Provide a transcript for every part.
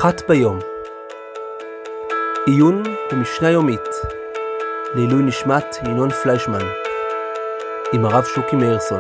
אחת ביום. עיון במשנה יומית לעילוי נשמת ינון פליישמן עם הרב שוקי מאירסון.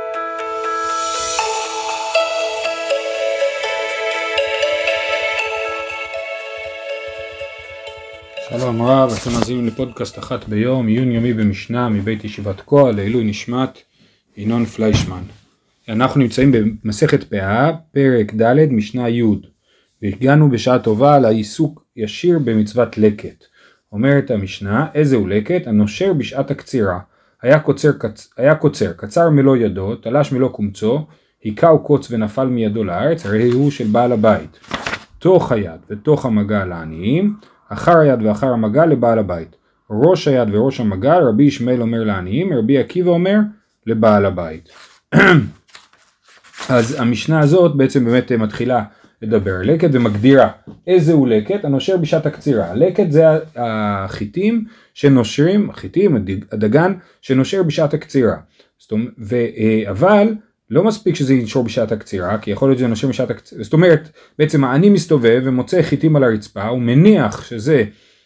שלום רב, אתם מאזינים לפודקאסט אחת ביום, עיון יומי במשנה מבית ישיבת כהל לעילוי נשמת ינון פליישמן. אנחנו נמצאים במסכת פאה, פרק ד' משנה י', והגענו בשעה טובה לעיסוק ישיר במצוות לקט. אומרת המשנה, איזהו לקט? הנושר בשעת הקצירה. היה קוצר, קצר מלוא ידו, תלש מלוא קומצו, היכהו קוץ ונפל מידו לארץ, הרי הוא של בעל הבית. תוך היד ותוך המגע לעניים, אחר היד ואחר המגע לבעל הבית. ראש היד וראש המגע, רבי ישמעאל אומר לעניים, רבי עקיבא אומר לבעל הבית. אז המשנה הזאת בעצם באמת מתחילה לדבר על לקט ומגדירה איזהו לקט, הנושר בשעת הקצירה. לקט זה החיטים שנושרים, החיטים, הדגן שנושר בשעת הקצירה. אבל לא מספיק שזה ינשור בשעת הקצירה, כי יכול להיות שזה נושר בשעת הקצירה. זאת אומרת, בעצם העני מסתובב ומוצא חיטים על הרצפה, הוא מניח שזה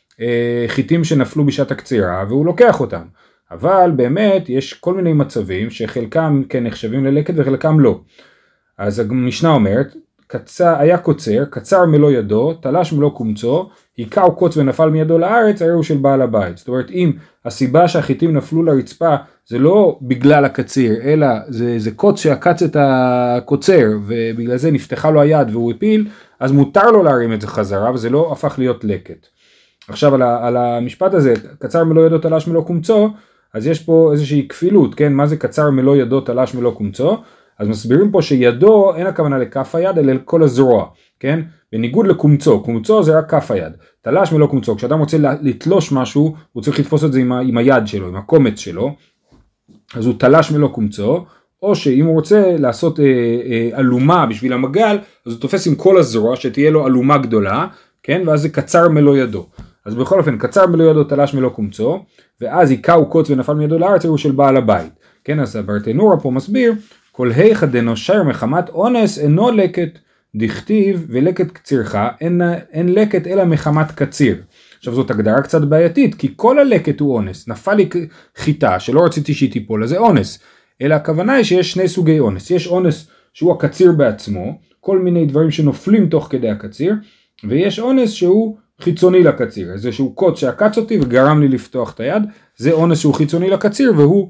חיטים שנפלו בשעת הקצירה והוא לוקח אותם. אבל באמת יש כל מיני מצבים שחלקם כן נחשבים ללקט וחלקם לא. אז המשנה אומרת, היה קוצר, קצר מלוא ידו, תלש מלוא קומצו, היכהו קוץ ונפל מידו לארץ, הרי הוא של בעל הבית. זאת אומרת, אם הסיבה שהחיטים נפלו לרצפה זה לא בגלל הקציר, אלא זה קוץ שעקץ את הקוצר, ובגלל זה נפתחה לו היד והוא הפיל, אז מותר לו להרים את זה חזרה, וזה לא הפך להיות לקט. עכשיו על המשפט הזה, קצר מלוא ידו, תלש מלוא קומצו, אז יש פה איזושהי כפילות, כן? מה זה קצר מלוא ידו, תלש מלוא קומצו? אז מסבירים פה שידו אין הכוונה לכף היד, אלא לכל הזרוע, כן? בניגוד לקומצו, קומצו זה רק כף היד. תלש מלוא קומצו, כשאדם רוצה לתלוש משהו, הוא צריך לתפוס את זה עם היד שלו, עם הקומץ שלו, אז הוא תלש מלוא קומצו, או שאם הוא רוצה לעשות אלומה בשביל המגל, אז הוא תופס עם כל הזרוע, שתהיה לו אלומה גדולה, כן? ואז זה קצר מלוא ידו. אז בכל אופן, קצר מלוא ידו, תלש מלוא קומצו, ואז היכהו קוץ ונפל מידו לארץ, הוא של בעל הבית. כן, אז הברטנורה פה מסביר, כל היכא דנושר מחמת אונס אינו לקט, דכתיב ולקט קצירך, אין לקט אלא מחמת קציר. עכשיו זאת הגדרה קצת בעייתית, כי כל הלקט הוא אונס. נפל לי חיטה שלא רציתי שהיא תיפול, אז זה אונס. אלא הכוונה היא שיש שני סוגי אונס. יש אונס שהוא הקציר בעצמו, כל מיני דברים שנופלים תוך כדי הקציר, ויש אונס שהוא חיצוני לקציר, זה שהוא קוץ שעקץ אותי וגרם לי לפתוח את היד, זה אונס שהוא חיצוני לקציר והוא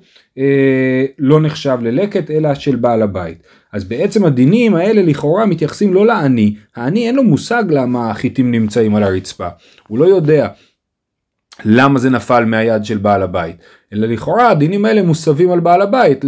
לא נחשב ללקט אלא של בעל הבית. אז בעצם הדינים האלה לכאורה מתייחסים לא לעני, העני אין לו מושג למה החיטים נמצאים על הרצפה, הוא לא יודע למה זה נפל מהיד של בעל הבית, אלא לכאורה הדינים האלה מוסבים על בעל הבית,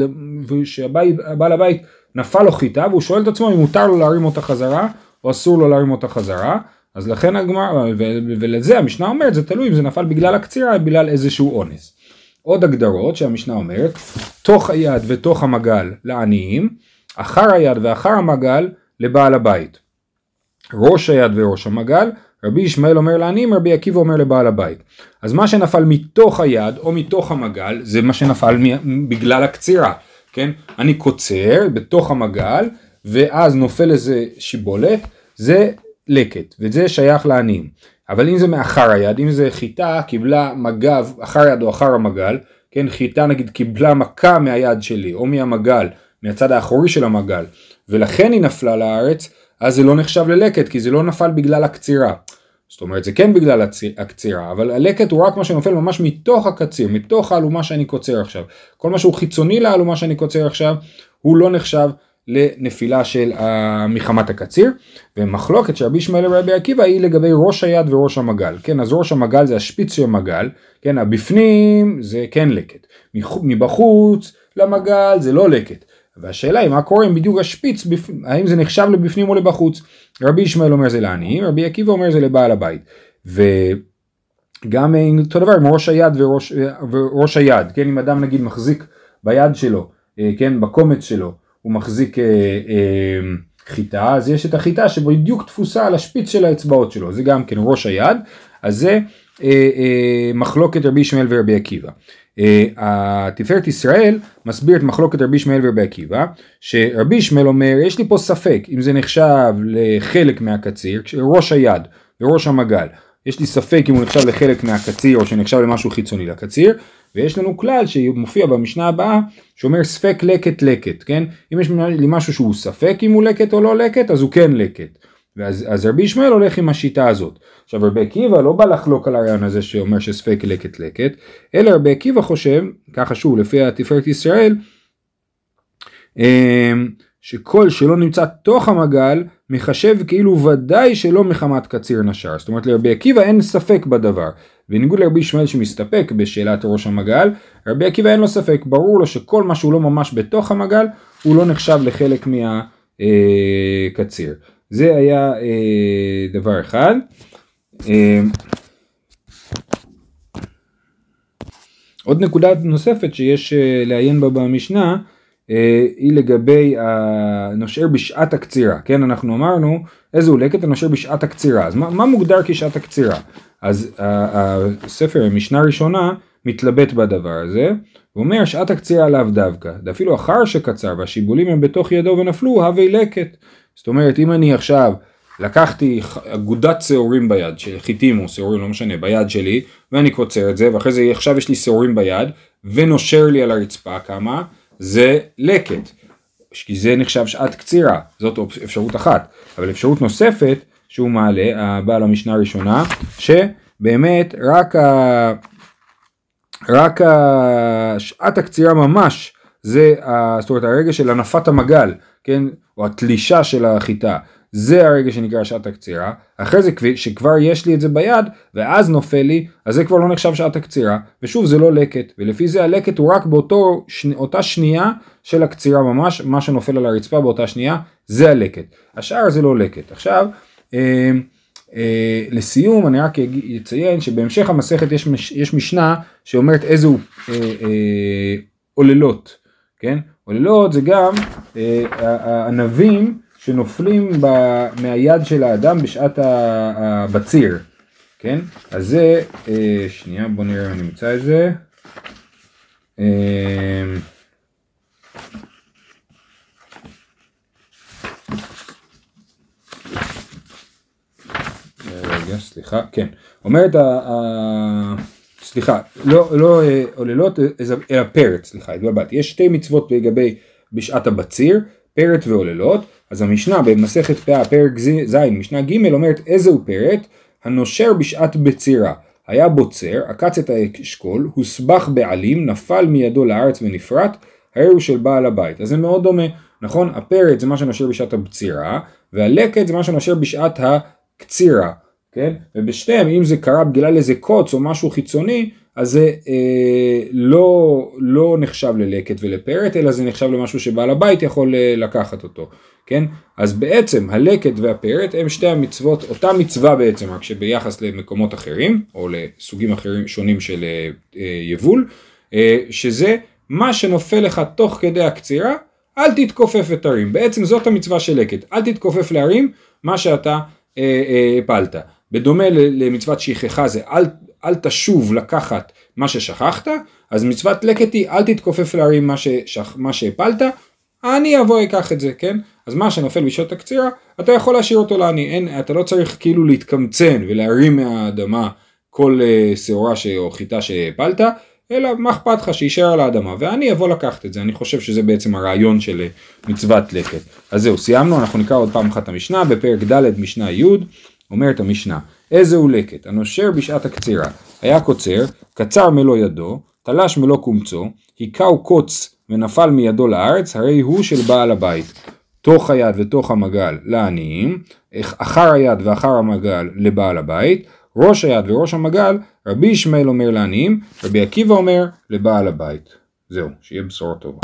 שבעל הבית נפל לו חיטה והוא שואל את עצמו אם מותר לו להרים אותה חזרה או אסור לו להרים אותה חזרה, אז לכן הגמרא, ולזה המשנה אומרת, זה תלוי אם זה נפל בגלל הקצירה, בגלל איזשהו אונס. עוד הגדרות שהמשנה אומרת, תוך היד ותוך המגל לעניים, אחר היד ואחר המגל לבעל הבית. ראש היד וראש המגל, רבי ישמעאל אומר לעניים, רבי עקיבא אומר לבעל הבית. אז מה שנפל מתוך היד או מתוך המגל, זה מה שנפל בגלל הקצירה. כן? אני קוצר בתוך המגל, ואז נופל איזה שיבולת, זה לקט, וזה שייך לעניים. אבל אם זה מאחר היד, אם זה חיטה קיבלה מגב אחר יד או אחר המגל, כן, חיטה נגיד קיבלה מכה מהיד שלי או מהמגל, מהצד האחורי של המגל, ולכן היא נפלה לארץ, אז זה לא נחשב ללקט, כי זה לא נפל בגלל הקצירה. זאת אומרת, זה כן בגלל הקצירה, אבל הלקט הוא רק מה שנופל ממש מתוך הקציר, מתוך האלומה שאני קוצר עכשיו. כל מה שהוא חיצוני לאלומה שאני קוצר עכשיו, הוא לא נחשב לנפילה של מחמת הקציר, ומחלוקת שרבי ישמעאל ורבי עקיבא היא לגבי ראש היד וראש המגל. כן, אז ראש המגל זה השפיץ של המגל, כן, הבפנים זה כן לקט, מבחוץ למגל זה לא לקט. והשאלה היא מה קורה אם בדיוק השפיץ, האם זה נחשב לבפנים או לבחוץ. רבי ישמעאל אומר זה לעניים, רבי עקיבא אומר זה לבעל הבית. וגם אותו דבר עם ראש היד וראש היד, כן, אם אדם נגיד מחזיק ביד שלו, כן, בקומץ שלו, הוא מחזיק חיטה, אז יש את החיטה שבדיוק תפוסה על השפיץ של האצבעות שלו, זה גם כן ראש היד, אז זה מחלוקת רבי ישמעאל ורבי עקיבא. התפארת ישראל מסביר את מחלוקת רבי ישמעאל ורבי עקיבא, שרבי ישמעאל אומר, יש לי פה ספק אם זה נחשב לחלק מהקציר, ראש היד וראש המגל, יש לי ספק אם הוא נחשב לחלק מהקציר או שנחשב למשהו חיצוני לקציר, ויש לנו כלל שמופיע במשנה הבאה, שאומר ספק לקט לקט, כן? אם יש לי משהו שהוא ספק אם הוא לקט או לא לקט, אז הוא כן לקט. אז רבי ישמעאל הולך עם השיטה הזאת. עכשיו רבי עקיבא לא בא לחלוק על הרעיון הזה שאומר שספק לקט לקט, אלא רבי עקיבא חושב, ככה שוב לפי התפארת ישראל, שכל שלא נמצא תוך המגל מחשב כאילו ודאי שלא מחמת קציר נשר. זאת אומרת לרבי עקיבא אין ספק בדבר, בניגוד לרבי ישמעאל שמסתפק בשאלת ראש המגל, רבי עקיבא אין לו ספק, ברור לו שכל מה שהוא לא ממש בתוך המגל הוא לא נחשב לחלק מהקציר. זה היה דבר אחד. עוד נקודה נוספת שיש לעיין בה במשנה, היא לגבי הנושר בשעת הקצירה. כן, אנחנו אמרנו איזה הוא לקט הנושר בשעת הקצירה. אז מה מוגדר כשעת הקצירה? אז הספר המשנה הראשונה מתלבט בדבר הזה, הוא אומר שעת הקצירה לאו דווקא, אפילו אחר שקצר והשיבולים הם בתוך ידו ונפלו, הווי לקט. זאת אומרת, אם אני עכשיו לקחתי אגודת שעורים ביד, חיתים או שעורים, לא משנה, ביד שלי, ואני קוצר את זה, ואחרי זה עכשיו יש לי שעורים ביד, ונושר לי על הרצפה כמה, זה לקט. כי זה נחשב שעת קצירה, זאת אפשרות אחת. אבל אפשרות נוספת, שהוא מעלה, הבעל המשנה הראשונה, שבאמת רק שעת הקצירה ממש, זה זאת אומרת הרגע של הנפת המגל, כן, או התלישה של החיטה, זה הרגע שנקרא שעת הקצירה. אחרי זה שכבר יש לי את זה ביד ואז נופל לי, אז זה כבר לא נחשב שעת הקצירה, ושוב זה לא לקט, ולפי זה הלקט הוא רק באותה שנייה של הקצירה ממש, מה שנופל על הרצפה באותה שנייה זה הלקט, השאר זה לא לקט. עכשיו לסיום אני רק אציין שבהמשך המסכת יש משנה שאומרת איזו עוללות, כן? עוללות זה גם הענבים שנופלים מהיד של האדם בשעת הבציר, כן? אז זה, שנייה בוא נראה אם אני אמצא את זה. רגע, סליחה, כן. אומרת סליחה, לא עוללות, אלא פרט, סליחה, התבלבלתי. יש שתי מצוות לגבי בשעת הבציר, פרט ועוללות. אז המשנה במסכת פאה, פרק ז', משנה ג' אומרת איזהו פרט? הנושר בשעת בצירה. היה בוצר, עקץ את האשכול, הוסבך בעלים, נפל מידו לארץ ונפרט, הרי הוא של בעל הבית. אז זה מאוד דומה, נכון? הפרט זה מה שנושר בשעת הבצירה, והלקט זה מה שנושר בשעת הקצירה. כן? ובשתיהם, אם זה קרה בגלל איזה קוץ או משהו חיצוני, אז זה לא נחשב ללקט ולפרט, אלא זה נחשב למשהו שבעל הבית יכול לקחת אותו. כן? אז בעצם הלקט והפרט הם שתי המצוות, אותה מצווה בעצם, רק שביחס למקומות אחרים, או לסוגים אחרים שונים של יבול, שזה מה שנופל לך תוך כדי הקצירה, אל תתכופף ותרים. בעצם זאת המצווה של לקט, אל תתכופף להרים מה שאתה הפלת. בדומה למצוות שכחה זה אל תשוב לקחת מה ששכחת, אז מצוות לקט היא אל תתכופף להרים מה שהפלת, אני אבוא אקח את זה, כן? אז מה שנופל בשעות הקצירה, אתה יכול להשאיר אותו לעני, אתה לא צריך כאילו להתקמצן ולהרים מהאדמה כל שעורה או חיטה שהפלת, אלא מה אכפת לך שישאר על האדמה, ואני אבוא לקחת את זה. אני חושב שזה בעצם הרעיון של מצוות לקט. אז זהו, סיימנו, אנחנו נקרא עוד פעם אחת המשנה, בפרק ד' משנה י', אומרת המשנה, איזהו לקט? הנושר בשעת הקצירה, היה קוצר, קצר מלוא ידו, תלש מלוא קומצו, היכהו קוץ ונפל מידו לארץ, הרי הוא של בעל הבית. תוך היד ותוך המגל לעניים, אחר היד ואחר המגל לבעל הבית, ראש היד וראש המגל, רבי ישמעאל אומר לעניים, רבי עקיבא אומר לבעל הבית. זהו, שיהיה בשורה טובה.